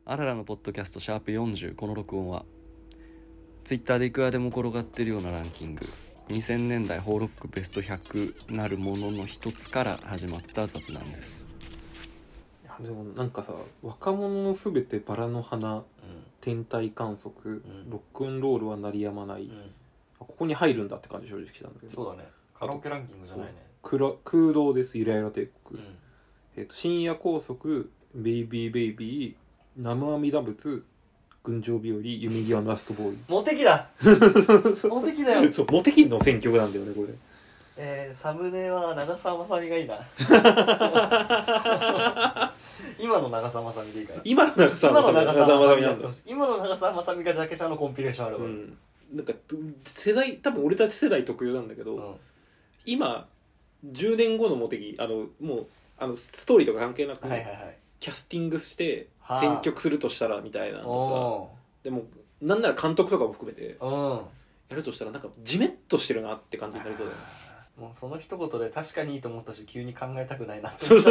あららのポッドキャストシャープ40。この録音はツイッターでいくらでも転がってるようなランキング2000年代ホーロックベスト100なるものの一つから始まった雑談です。 いやでもなんかさ、若者のすべてバラの花、天体観測、ロックンロールは鳴りやまない、ここに入るんだって感じ正直したんだけど。 そうだね、カラオケランキングじゃないね。 空洞です、ゆらゆら帝国、深夜高速、ベイビーベイビー、生阿弥陀仏、群青日和、弓際のラストボーイ。 モテキだモテキだよ。 そうモテキの選曲なんだよねこれ。 サムネは長澤まさみがいいな今の長澤まさみでいいから。 今の長澤まさみなんだ。 今の長澤まさみがジャケ写のコンピレーションあるわ、 なんか世代多分俺たち世代特有なんだけど、今10年後のモテキもうストーリーとか関係なく、キャスティングして選曲するとしたらみたいなのさ、でもなんなら監督とかも含めてやるとしたらなんかジメッとしてるなって感じになりそうだよね。 もうその一言で確かにいいと思ったし、急に考えたくないなってそう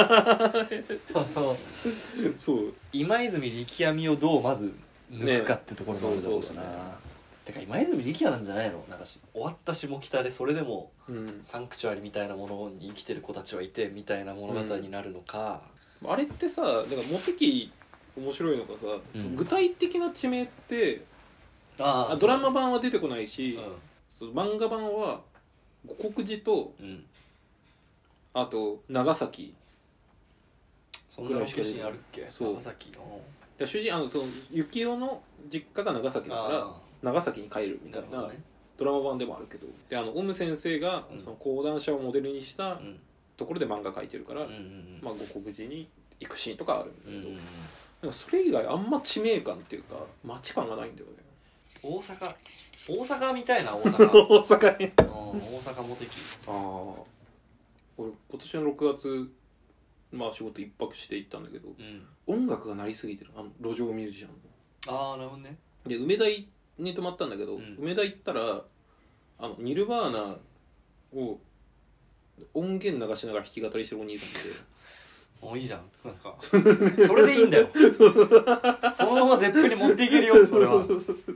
今泉力也をどうまず抜くかってところもあるだろうしな、てか今泉力也なんじゃないの。なんか終わった下北でそれでもサンクチュアリみたいなものに生きてる子たちはいてみたいな物語になるのか、 あれってさ、だからモテキ面白いのがさ、具体的な地名ってドラマ版は出てこないし、漫画版は五国寺と、あと長崎ぐらいしかシーンあるっけ。長崎の主人その幸男の実家が長崎だから長崎に帰るみたいなドラマ版でもあるけど、でオム先生がその講談社をモデルにしたところで漫画描いてるから、まあ五国寺に行くシーンとかあるんだけど、なんかそれ以外あんま地名感っていうか街感がないんだよね。 大阪みたいな。大阪大阪ね。 大阪モテキ。 俺今年の6月仕事一泊して行ったんだけど、音楽が鳴りすぎてる、路上ミュージシャンの。 なるほどね。で梅田に泊まったんだけど、梅田行ったらニルバーナを音源流しながら弾き語りしてるお兄さんでもういいじゃん、なんかそれでいいんだよそのままゼップに持っていけるよそれは。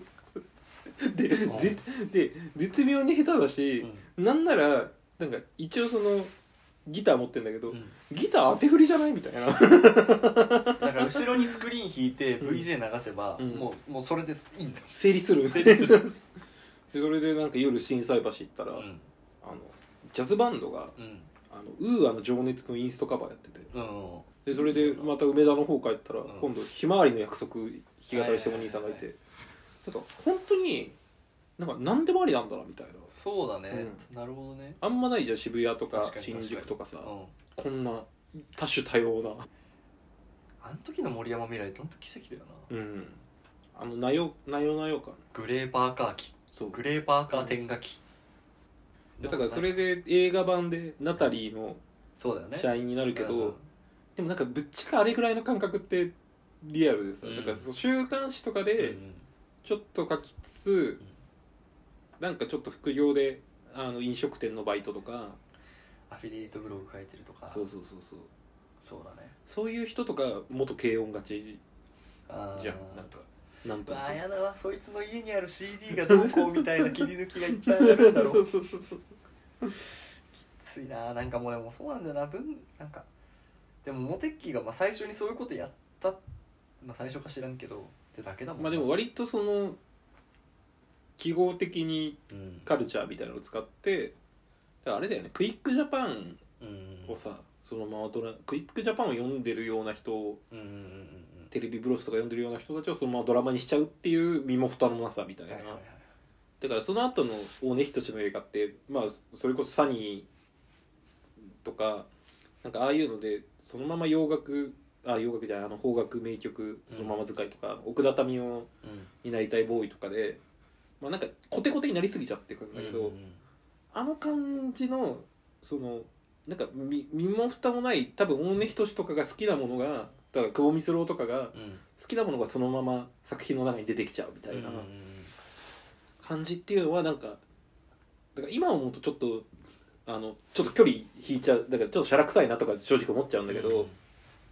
で絶妙に下手だし、なんならなんか一応そのギター持ってんだけど、ギター当て振りじゃないみたいな。だから後ろにスクリーン引いて VJ 流せば、もうそれでいいんだよ。 成立するでそれでなんか夜心斎橋行ったら、ジャズバンドが、ウーアの情熱のインストカバーやってて、でそれでまた梅田の方帰ったら、今度ひまわりの約束弾き語りしてるお兄さんがいて、なんか本当になんか何でもありなんだなみたいな。 そうだね、なるほどね。 あんまないじゃん渋谷とか新宿とかさ、こんな多種多様な。 あの時の森山未来って本当奇跡だよな。 なよかグレーパーカー機、グレーパーカー天下機、 だからそれで映画版でナタリーの社員になるけど、でもなんかぶっちゃけあれぐらいの感覚ってリアルでさ、だから週刊誌とかでちょっと書きつつ、なんかちょっと副業で飲食店のバイトとかアフィリエイトブログ書いてるとか、 そうそうだね。 そういう人とか元軽音勝ちじゃん。なんとなくやだわ、そいつの家にある CD がどうこうみたいな切り抜きがいっぱいあるんだろう。そうきついな。なんかもうでもそうなんだよな。なんかでもモテッキが最初にそういうことやった、最初か知らんけどってだけだもんな。 でも割とその記号的にカルチャーみたいなのを使って、あれだよね、クイックジャパンをさ、そのままクイックジャパンを読んでるような人を、テレビブロスとか読んでるような人たちをそのままドラマにしちゃうっていう身も蓋のなさみたいな、だからその後の大根仁の映画って、それこそサニーとかなんかああいうのでそのまま邦楽じゃない邦楽名曲そのまま使いとか、奥田民生になりたいボーイとかで、なんかコテコテになりすぎちゃってくんだけど、あの感じのそのなんか身も蓋もない多分大根仁とかが好きなものが、だから久保光郎とかが好きなものがそのまま作品の中に出てきちゃうみたいな感じっていうのは、なんかだから今思うとちょっと距離引いちゃう、だからちょっとしゃらくさいなとか正直思っちゃうんだけど、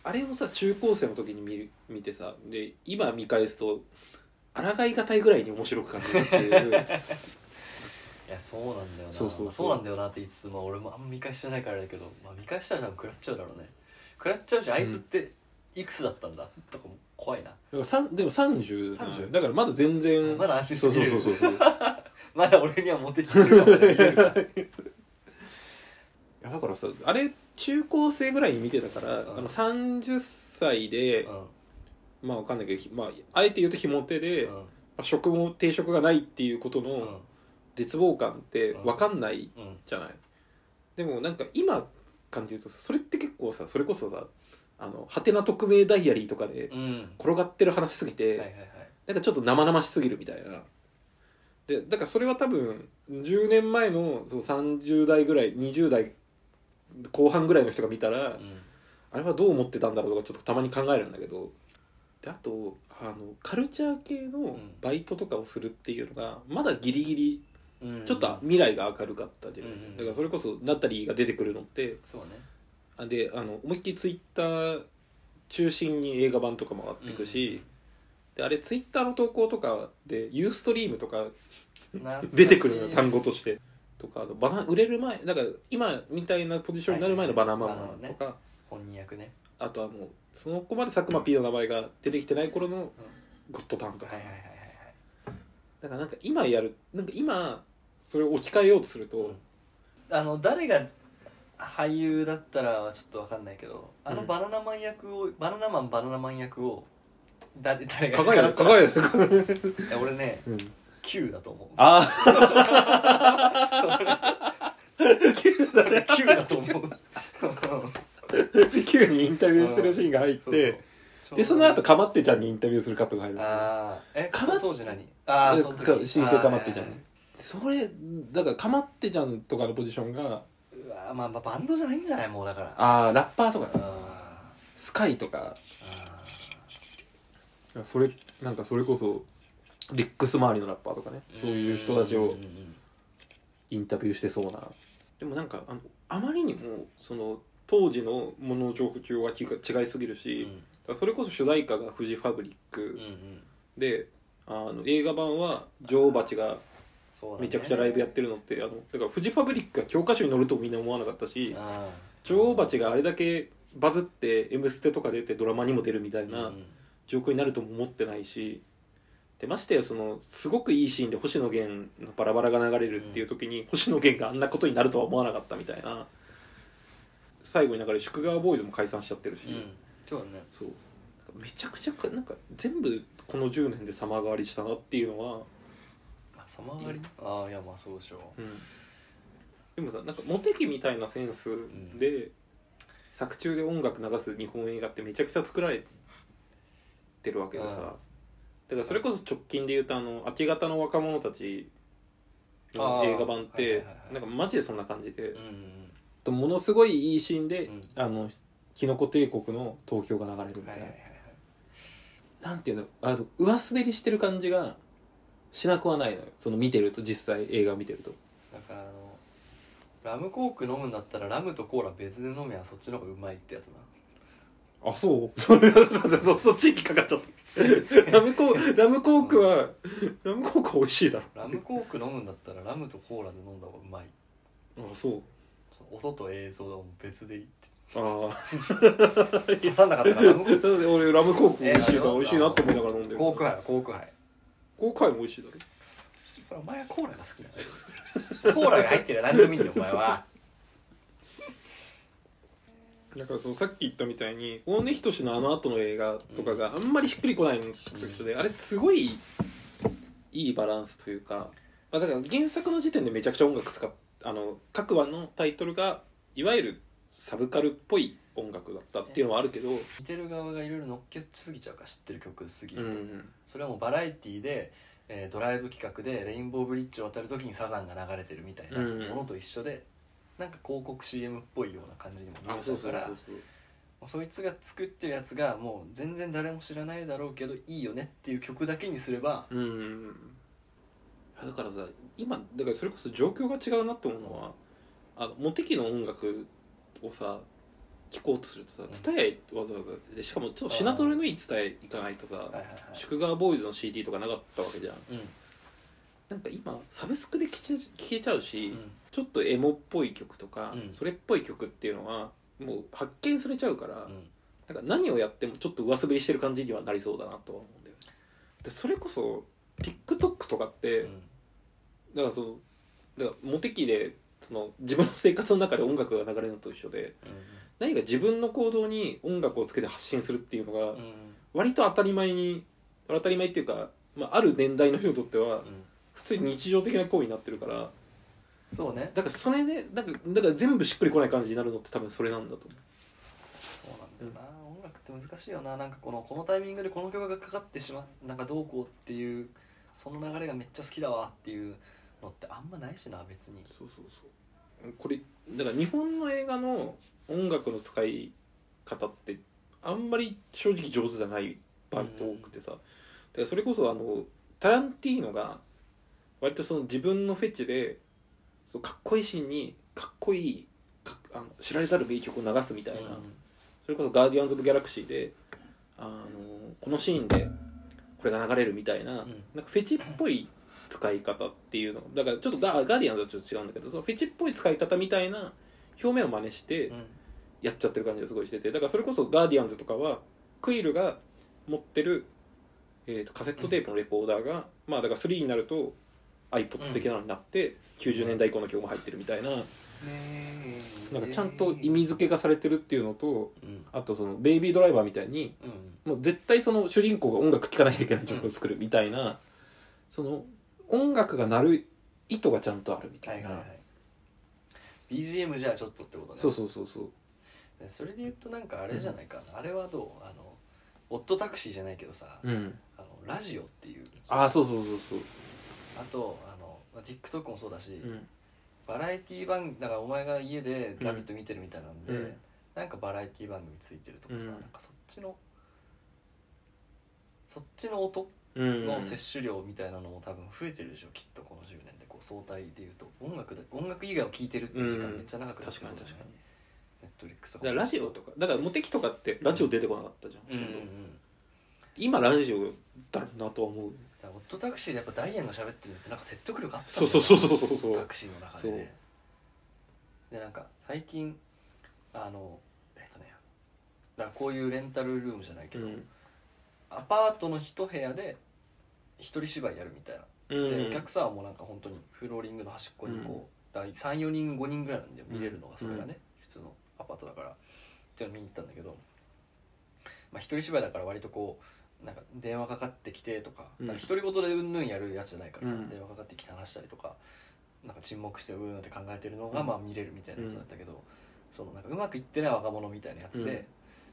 あれをさ中高生の時に見てさで今見返すと抗いがたいぐらいに面白く感じるっていういやそうなんだよな。 そうそうなんだよなって言いつつ、まあ、俺もあんま見返してないからだけど、まあ、見返したら多分食らっちゃうだろうね。食らっちゃうし、あいつっていくつだったんだとかも怖いな。 でも30だからまだ全然まだ安心してる。 そうまだ俺にはモテきてるかもね。 いやだからさあれ中高生ぐらいに見てたから、30歳で、まあわかんないけど、まあ、あえて言うとひも手で、まあ、職も定職がないっていうことの絶望感ってわかんないじゃない、でもなんか今感じるとそれって結構さそれこそさハテナ匿名ダイアリーとかで転がってる話すぎて、なんかちょっと生々しすぎるみたいな。でだからそれは多分10年前のその30代ぐらい20代後半ぐらいの人が見たら、あれはどう思ってたんだろうとかちょっとたまに考えるんだけど、であとカルチャー系のバイトとかをするっていうのがまだギリギリちょっと未来が明るかったじゃない、だからそれこそナタリーが出てくるのってそうね。 で思いっきりツイッター中心に映画版とか回っていくし、であれツイッターの投稿とかでユーストリームとか出てくるのよ単語としてとか売れる前だから今みたいなポジションになる前のバナナマンとか、 本人役ね。 あとはもうその子まで佐久間 P の名前が出てきてない頃のゴッドタンとか、だからなんか今それを置き換えようとすると、 誰が俳優だったらちょっと分かんないけど、バナナマン役を誰が輝いて俺ね、Q だと思う。Q だと思う。 Q にインタビューしてるシーンが入ってでその後かまってちゃんにインタビューするカットが入る。 当時何新生かまってちゃんそれだからかまってちゃんとかのポジションがまあバンドじゃないんじゃないもうだから。 ラッパーとかスカイとかそれなんかそれこそリックス周りのラッパーとかね、そういう人たちをインタビューしてそうな。でもなんかあまりにもその当時のもの状況は違いすぎるし、それこそ主題歌がフジファブリックで、映画版は女王蜂がめちゃくちゃライブやってるのって、だからフジファブリックが教科書に載るとみんな思わなかったし、女王蜂があれだけバズって「M ステ」とか出てドラマにも出るみたいな状況になるとも思ってないし、でましてやそのすごくいいシーンで星野源のバラバラが流れるっていう時に、星野源があんなことになるとは思わなかったみたいな。最後に流れる宿川ボーイズも解散しちゃってるし、 そうだね。 そうめちゃくちゃなんか全部この10年で様変わりしたなっていうのは。 様変わり？いやまあそうでしょう。 でもさなんかモテ期みたいなセンスで、作中で音楽流す日本映画ってめちゃくちゃ作られてるわけでさ、だからそれこそ直近で言うと明け方の若者たちの映画版ってなんかマジでそんな感じで、ものすごいいいシーンで、キノコ帝国の東京が流れるみたいな、なんていうの上滑りしてる感じがしなくはないのよ、その見てると実際映画を見てると。 だからラムコーク飲むんだったらラムとコーラ別で飲めばそっちの方がうまいってやつな。 そうそっちにかかっちゃったラムコークは美味しいだろ。 ラムコーク飲むんだったらラムとコーラで飲んだ方がうまい。 そう音と映像は別でいいって。 刺さんなかったな。 俺ラムコーク美味しいなって思いながら飲んでる。 コーク杯も美味しいだろ。 それお前はコーラが好きなの。コーラが入ってる何でもいいんだよお前は。 だからさっき言ったみたいに大根仁の後の映画とかがあんまりしっくりこないので、あれすごいいいバランスというか、だから原作の時点でめちゃくちゃ音楽使っ各話のタイトルがいわゆるサブカルっぽい音楽だったっていうのはあるけど、 見てる側がいろいろ乗っけすぎちゃうから知ってる曲すぎると、それはもうバラエティで、ドライブ企画でレインボーブリッジを渡る時にサザンが流れてるみたいなものと一緒で、なんか広告 CM っぽいような感じにも見えちゃうから、そいつが作ってるやつがもう全然誰も知らないだろうけどいいよねっていう曲だけにすれば、 だからさ今だからそれこそ状況が違うなって思うのはモテ期の音楽をさ聞こうとするとさ伝えわざわざでしかもちょっと品揃えのいい伝え行かないとさ、宿川ボーイズの CD とかなかったわけじゃん、なんか今サブスクで聴けちゃうし、ちょっとエモっぽい曲とか、それっぽい曲っていうのはもう発見されちゃうから、なんか何をやってもちょっと上滑りしてる感じにはなりそうだなとは思うんだよね。でそれこそ TikTok とかって、だからモテ期で自分の生活の中で音楽が流れるのと一緒で、何か自分の行動に音楽をつけて発信するっていうのが割と当たり前っていうか、ある年代の人にとっては普通に日常的な行為になってるから、 そうね、 だからそれでだから全部しっくりこない感じになるのって多分それなんだと思う。 そうなんだよな、音楽って難しいよな。なんかこのタイミングでこの曲がかかってしまう、なんかどうこうっていうその流れがめっちゃ好きだわっていうのってあんまないしな別に。 そうこれだから日本の映画の音楽の使い方ってあんまり正直上手じゃない場合って多くてさ、だからそれこそタランティーノが割と自分のフェチでかっこいいシーンにかっこいい知られざる名曲を流すみたいな、それこそガーディアンズ・オブ・ギャラクシーでこのシーンでこれが流れるみたいな、なんかフェチっぽい使い方っていうのだからちょっとガーディアンズはちょっと違うんだけど、そのフェチっぽい使い方みたいな表面を真似してやっちゃってる感じがすごいしてて、だからそれこそガーディアンズとかはクイルが持ってる、カセットテープのレコーダーが、だから3になると iPod 的なのになって、90年代以降の曲も入ってるみたいな、なんかちゃんと意味付けがされてるっていうのと、あとベイビードライバーみたいに、もう絶対主人公が音楽聴かなきゃいけない曲を作るみたいな、音楽が鳴る意図がちゃんとあるみたいな、 BGM じゃあちょっとってことね。 そうそれで言うとなんかあれじゃないかな、あれはどうオットタクシーじゃないけどさ、ラジオっていう、 そうあとTikTok もそうだし、バラエティ番組だからお前が家で「ラビット!」見てるみたいなんで、なんかバラエティ番組ついてるとかさ、なんかそっちの音の摂取量みたいなのも多分増えてるでしょきっと、この10年で相対でいうと音楽以外を聴いてるっていう時間めっちゃ長くなってそうだね。ネットリックスとかラジオとかだからモテ期とかってラジオ出てこなかったじゃん、今ラジオだろうなとは思う。 オットタクシーでやっぱダイアンが喋ってるってなんか説得力あったんだよ。そうタクシーの中でね。でなんか最近だからこういうレンタルルームじゃないけど、アパートの一部屋で一人芝居やるみたいな、でお客さんはもうなんか本当にフローリングの端っこに3、4人5人ぐらいなんで見れるのがそれがね、普通のアパートだからっていうのを見に行ったんだけど、一人芝居だから割となんか電話かかってきてとか、独り言でうんぬんやるやつじゃないからさ、電話かかってきて話したりとか、なんか沈黙してうんって考えてるのが見れるみたいなやつだったけど、なんかうまくいってない若者みたいなやつで、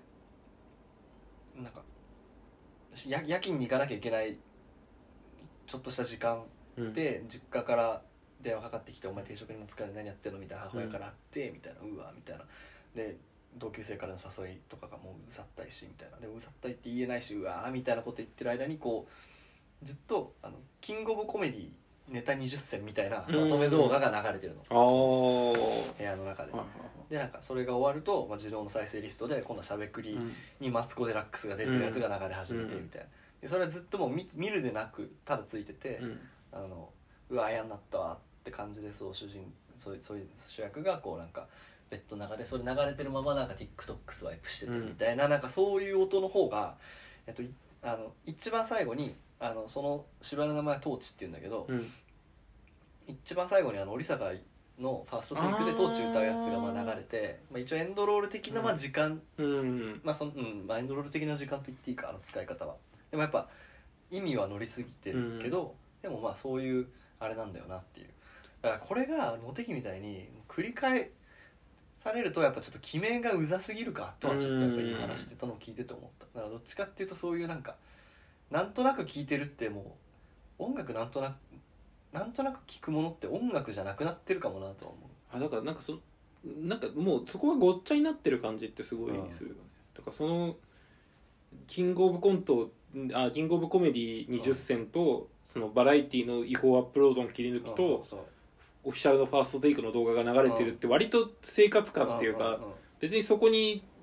なんか夜勤に行かなきゃいけないちょっとした時間で、実家から電話かかってきて「お前定職にも使えない何やってんの?」みたいな母親からあってみたいな、うわみたいなで、同級生からの誘いとかがもううざったいしみたいな、でもうざったいって言えないしうわみたいなこと言ってる間にずっとキングオブコメディネタ20選みたいなまとめ動画が流れてるの、部屋の中で。でなんかそれが終わると、自動の再生リストで今度はしゃべくりにマツコ・デラックスが出てるやつが流れ始めてみたいな、でそれはずっともう 見るでなくただついてて、うわ嫌になったわって感じで、そういう主役がなんかベッドの中でそれ流れてるままなんか TikTok スワイプしててみたいな、なんかそういう音の方が、一番最後にその芝居の名前はトーチっていうんだけど、一番最後に織坂のファーストテイクでトーチ歌うやつが流れて、一応エンドロール的な時間、エンドロール的な時間と言っていいか、使い方は。でもやっぱ意味は乗りすぎてるけど、でもそういうあれなんだよなっていう。だからこれがモテ期みたいに繰り返されるとやっぱちょっと決めがうざすぎるかとはちょっとやっぱり話してたのを聞いてて思った。だからどっちかっていうとそういうなんとなく聴いてるって、もう音楽なんとなく聴くものって音楽じゃなくなってるかもなとは思う。 だからなんかもうそこがごっちゃになってる感じってすごいするよね。だからキングオブコメディ20選とそのバラエティの違法アップロードの切り抜きとオフィシャルのファーストテイクの動画が流れてるって割と生活感っていうか、別にそこに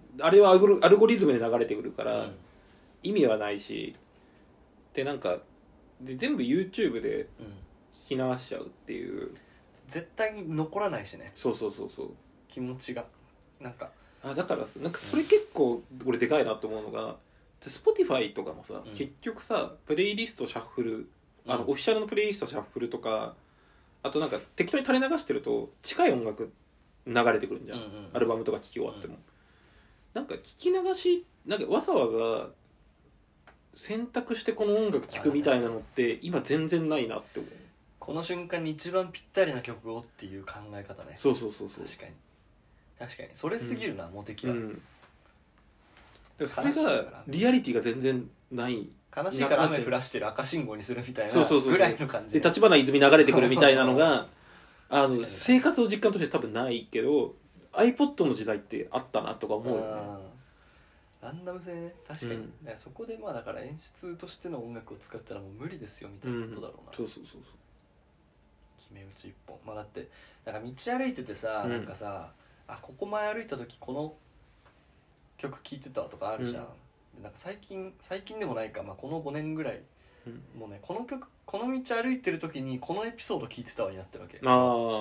あれはアルゴリズムで流れてくるから、 うん意味はないしでなんかで全部 YouTube で聞き流しちゃうっていう絶対に残らないしね、 そう気持ちがなんかだからなんかそれ結構俺でかいなと思うのが Spotify とかもさ、結局さプレイリストシャッフルオフィシャルのプレイリストシャッフルとかあとなんか適当に垂れ流してると近い音楽流れてくるんじゃん、アルバムとか聴き終わっても、なんか聞き流しなんかわざわざ選択してこの音楽聴くみたいなのって今全然ないなって思う。 この瞬間に一番ぴったりな曲をっていう考え方ね。 そう確かにそれすぎるな、モテキは、 だからそれがリアリティが全然ない悲しいから雨降らしてる赤信号にするみたいなぐらいの感じで橘泉流れてくるみたいなのが生活を実感として多分ないけど iPod の時代ってあったなとか思うよね。 ランダム性ね、確かに、そこでまあだから演出としての音楽を使ったらもう無理ですよみたいなことだろうな、 そう決め打ち一本。まあだってなんか道歩いててさ、なんかさここ前歩いた時この曲聴いてたとかあるじゃん、なんか最近でもないか、まあ、この5年ぐらい、もうねこの道歩いてる時にこのエピソード聞いてたわになってるわけ。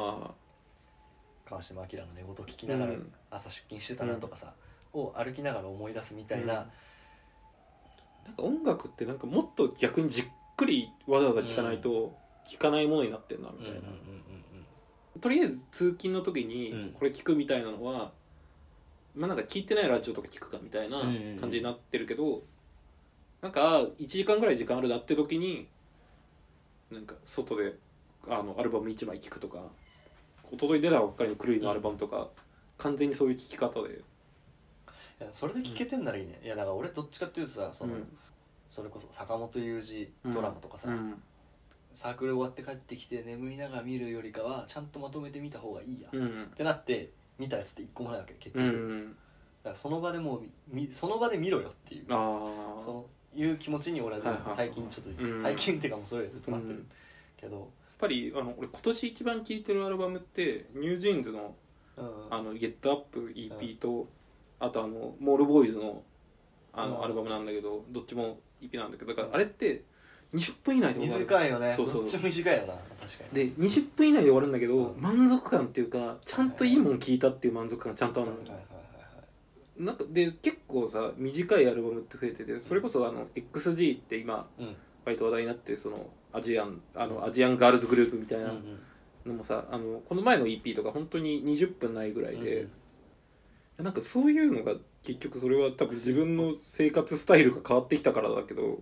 川島明の寝言聞きながら朝出勤してたなとかさ、を歩きながら思い出すみたいな、 なんか音楽ってなんかもっと逆にじっくりわざわざ聴かないと聴かないものになってんなみたいな、とりあえず通勤の時にこれ聴くみたいなのは、まあなんか聴いてないラジオとか聴くかみたいな感じになってるけど、なんか1時間ぐらい時間あるなって時になんか外でアルバム1枚聴くとか、一昨日出たばっかりのクルイのアルバムとか、完全にそういう聴き方で、 いやそれで聴けてんならいいね。いやだから俺どっちかっていうとさ、それこそ坂本雄二ドラマとかさ、サークル終わって帰ってきて眠いながら見るよりかはちゃんとまとめて見た方がいいや、ってなって見たやつって一個もないわけ結局、だからその場でもうその場で見ろよっていう、そういう気持ちに俺は最近ちょっと、最近っていうかもうそれはずっとなってるけど、やっぱり俺今年一番聴いてるアルバムってニュージーンズのゲットアップ EP と、あとモールボーイズのアルバムなんだけど、どっちも EP なんだけど、だからあれって20分以内で終わる。 短いよね。どっちも短いよな、確かに。 で20分以内で終わるんだけど、満足感っていうかちゃんといいもん聴いたっていう満足感ちゃんとあるの。なんかで結構さ短いアルバムって増えてて、それこそXG って今割と話題になってるそのアジアンガールズグループみたいなのもさ、この前の EP とか本当に20分ないぐらいで、なんかそういうのが結局それは多分自分の生活スタイルが変わってきたからだけど、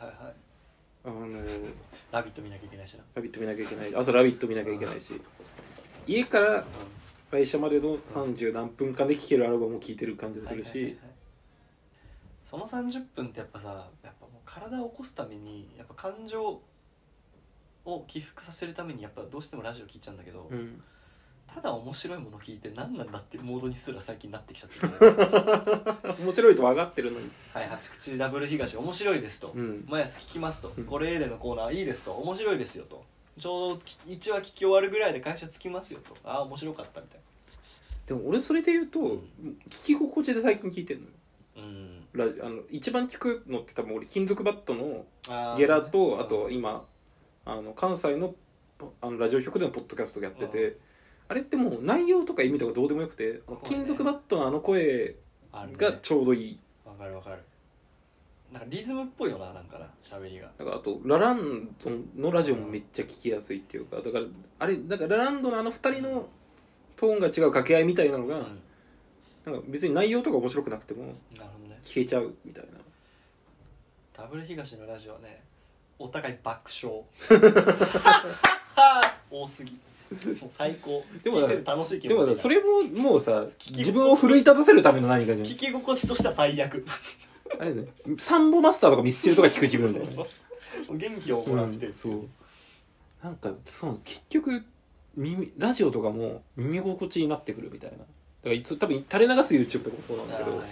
ラビット見なきゃいけないしな。 ラビット見なきゃいけない、朝ラビット見なきゃいけないし、家から会社までの30何分間で聴けるアルバムを聴いてる感じがするし、 その30分ってやっぱさ、やっぱもう体を起こすためにやっぱ感情を起伏させるためにやっぱどうしてもラジオ聴いちゃうんだけど、ただ面白いもの聞いて何なんだっていうモードにすら最近なってきちゃってる面白いと分かってるのに、 八口ダブル東面白いですと、毎朝聞きますと、これ A でのコーナーいいですと、面白いですよと、ちょうど1話聞き終わるぐらいで会社着きますよと、面白かったみたいな。 でも俺それで言うと、聞き心地で最近聞いてるの、一番聞くのって多分俺金属バットのゲラと、あと今関西のラジオ局でのポッドキャストがやってて、あれってもう内容とか意味とかどうでもよくて、金属バットの声がちょうどいい。 わかるなんかリズムっぽいよな、なんかな喋りが。 だからあとラランドのラジオもめっちゃ聞きやすいっていうか、だからあれだからラランドの2人のトーンが違う掛け合いみたいなのが、なんか別に内容とか面白くなくても聞けちゃうみたいな。 ダブル東のラジオはね、お互い爆笑多すぎもう最高。でも楽しい気持ちいい。 でもそれももうさ、自分を奮い立たせるための何かじゃん。 聞き心地としては最悪あれね、サンボマスターとかミスチルとか聞く自分だよね。 そう元気をもらってる、 そうなんか結局ラジオとかも耳心地になってくるみたいな。だから多分垂れ流す YouTube とかもそうなんだけど、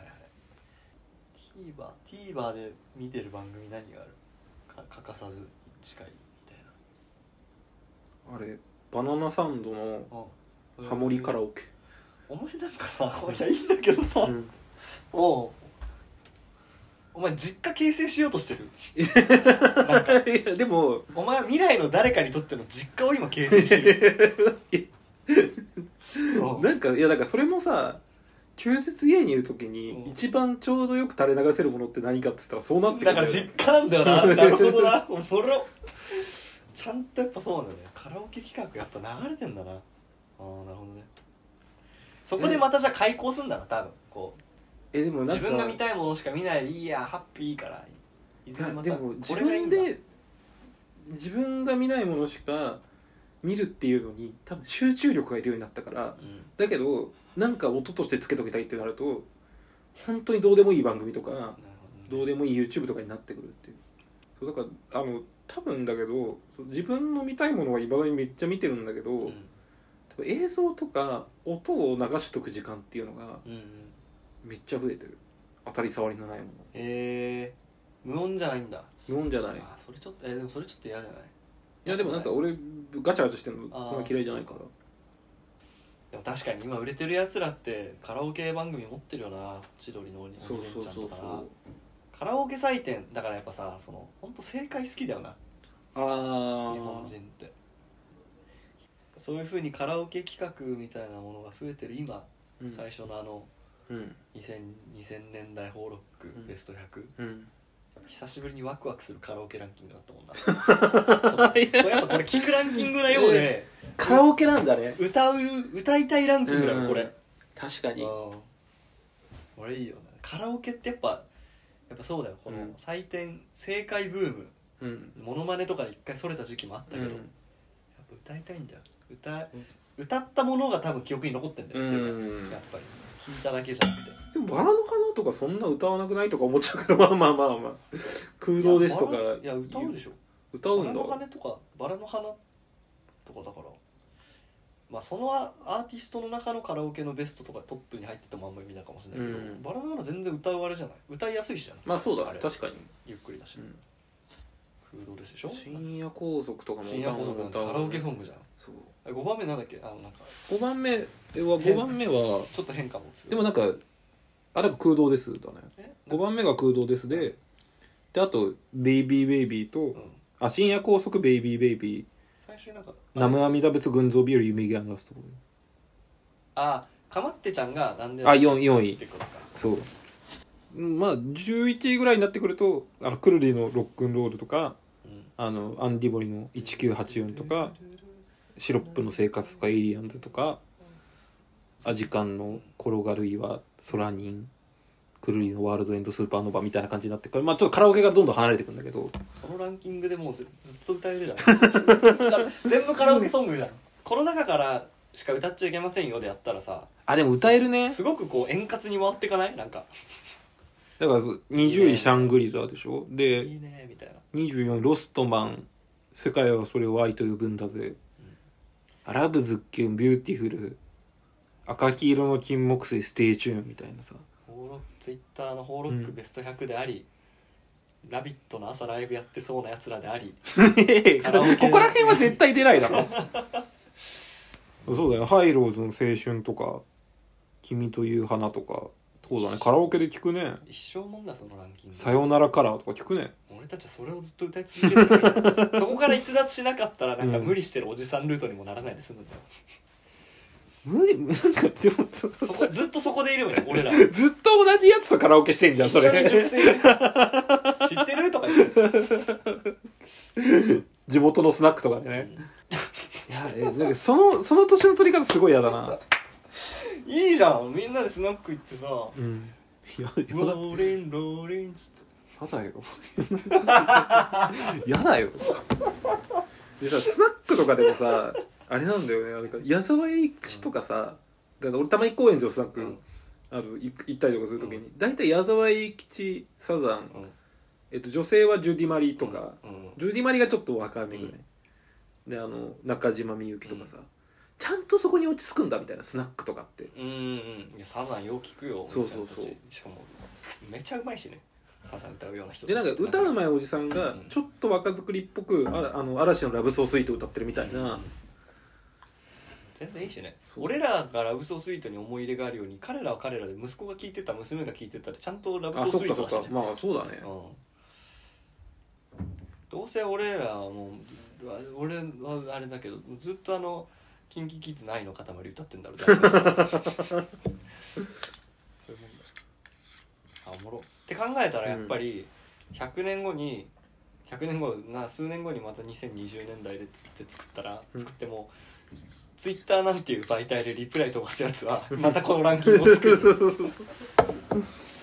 TVer で見てる番組何があるか欠かさず近いみたいな。 あれバナナサンドのハモリカラオケ。 お前なんかさ、いやいいんだけどさ、 お前実家形成しようとしてるなんかいやでもお前は未来の誰かにとっての実家を今形成してるなんかいやだからそれもさ休日家にいる時に一番ちょうどよく垂れ流せるものって何かって言ったらそうなってくるんだよ。 だから実家なんだよななるほどなおもろちゃんとやっぱそうなんだよねカラオケ企画やっぱ流れてんだなあーなるほどねそこでまたじゃあ開講すんだな多分こうでもなんか自分が見たいものしか見ないでいいやハッピーからいずれまたでも自分が見ないものしか見るっていうのに多分集中力がいるようになったから、だけどなんか音としてつけときたいってなると本当にどうでもいい番組とか、どうでもいい YouTube とかになってくるっていう。そうだから多分だけど自分の見たいものは今までめっちゃ見てるんだけど、多分映像とか音を流しとく時間っていうのがめっちゃ増えてる。当たり障りのないもの。 無音じゃないんだ。 無音じゃない。 それちょっとでもそれちょっと嫌じゃない？ いやでもなんか俺ガチャガチャしてるのそんな嫌いじゃないから。 でも確かに今売れてるやつらってカラオケ番組持ってるよな。千鳥の鬼レンチャンとかな。カラオケ採点だからやっぱさ本当正解好きだよな。日本人ってそういう風にカラオケ企画みたいなものが増えてる今、最初の2000年代ホーロックベスト100、久しぶりにワクワクするカラオケランキングだったもんなやっぱこれ聞くランキングなようで、 カラオケなんだね。 歌いたいランキングだよこれ。 確かにこれいいよね。カラオケってやっぱそうだよ。この採点正解ブーム、モノマネとかで一回それた時期もあったけど、やっぱ歌いたいんだよ。歌ったものが多分記憶に残ってんだよ、やっぱり聞いただけじゃなくて。 でもバラの花とかそんな歌わなくないとか思っちゃうけど、まあ空洞ですとか。 いや歌うでしょ。 歌うんだ。 バラの花とかバラの花とかだから、まあそのアーティストの中のカラオケのベストとかトップに入っててもあんまり見ないかもしれないけど、バラの花全然歌うあれじゃない。歌いやすいしじゃん。 まあそうだね、確かにゆっくりだし、空洞ですでしょ。 深夜高速とかも深夜高速なんてカラオケソングじゃん。そう5番目なんだっけ。なんか 5番目はちょっと変化持つ。 でもなんかあれ空洞ですだね。5番目が空洞ですであとベイビーベイビーと、深夜高速ベイビーベイビー、 最初になんか南無阿弥陀仏群像日和夢際のラスト。 かまってちゃんがなんで 4位。そうまあ11位ぐらいになってくるとクルリのロックンロールとか、アンディボリの1984とか、シロップの生活とかエイリアンズとか、アジカンの転がる岩、ソラニン、クルリのワールドエンドスーパーノバみたいな感じになってくる。まあちょっとカラオケがどんどん離れてくるんだけど、そのランキングでもうずっと歌えるじゃん全部カラオケソングじゃん。この中からしか歌っちゃいけませんよでやったらさ、 でも歌えるね。 すごくこう円滑に回っていかない？なんかだから20位シャングリラでしょ。でいいねみたいな。 24位ロストマン、世界はそれを愛と呼ぶんだぜ、ラブズッキュンビューティフル、赤黄色の金木犀ステイチューンみたいなさ、 ツイッターのホーロックベスト100であり、ラビットの朝ライブやってそうなやつらでありここら辺は絶対出ないだろそうだよ、ハイローズの青春とか君という花とか、そうだね、カラオケで聞くね。 一生もんだそのランキング。 さよならカラーとか聞くね。 俺たちはそれをずっと歌い続けてるそこから逸脱しなかったらなんか無理してるおじさんルートにもならないで済むんだよ。 無理なんかでもずっとそこでいるよね俺ら。 ずっと同じやつとカラオケしてんじゃんそれ。 一緒に熟成して知ってるとか言って地元のスナックとかでね、いやなんかその年の取り方すごい嫌だな。 いいじゃん、みんなでスナック行ってさ、 ローリンローリンつってやだよやだよ。でさスナックとかでもさあれなんだよね、矢沢永吉とかさ、だから俺たまに高円寺のスナック、行ったりとかするときに大体矢沢永吉、サザン、女性はジュディマリとか、ジュディマリがちょっと若めぐらい、で中島みゆきとかさ、ちゃんとそこに落ち着くんだみたいな、スナックとかって。 いやサザンよう聞くよ。 そうしかもめちゃうまいしね、サザン歌うような人で。なんか歌うまいおじさんがちょっと若作りっぽく嵐のラブソースイート歌ってるみたいな、 全然いいしね。俺らがラブソースイートに思い入れがあるように、彼らは彼らで息子が聞いてた娘が聞いてたらちゃんとラブソースイートだしね。 まあそうだね、 どうせ俺らはもう俺はあれだけどずっとキンキキッズの愛の塊歌ってんだろうそういうもんだ。おもろって考えたらやっぱり100年後数年後にまた2020年代で作ってもツイッターなんていう媒体でリプライ飛ばすやつはまたこのランキングを作る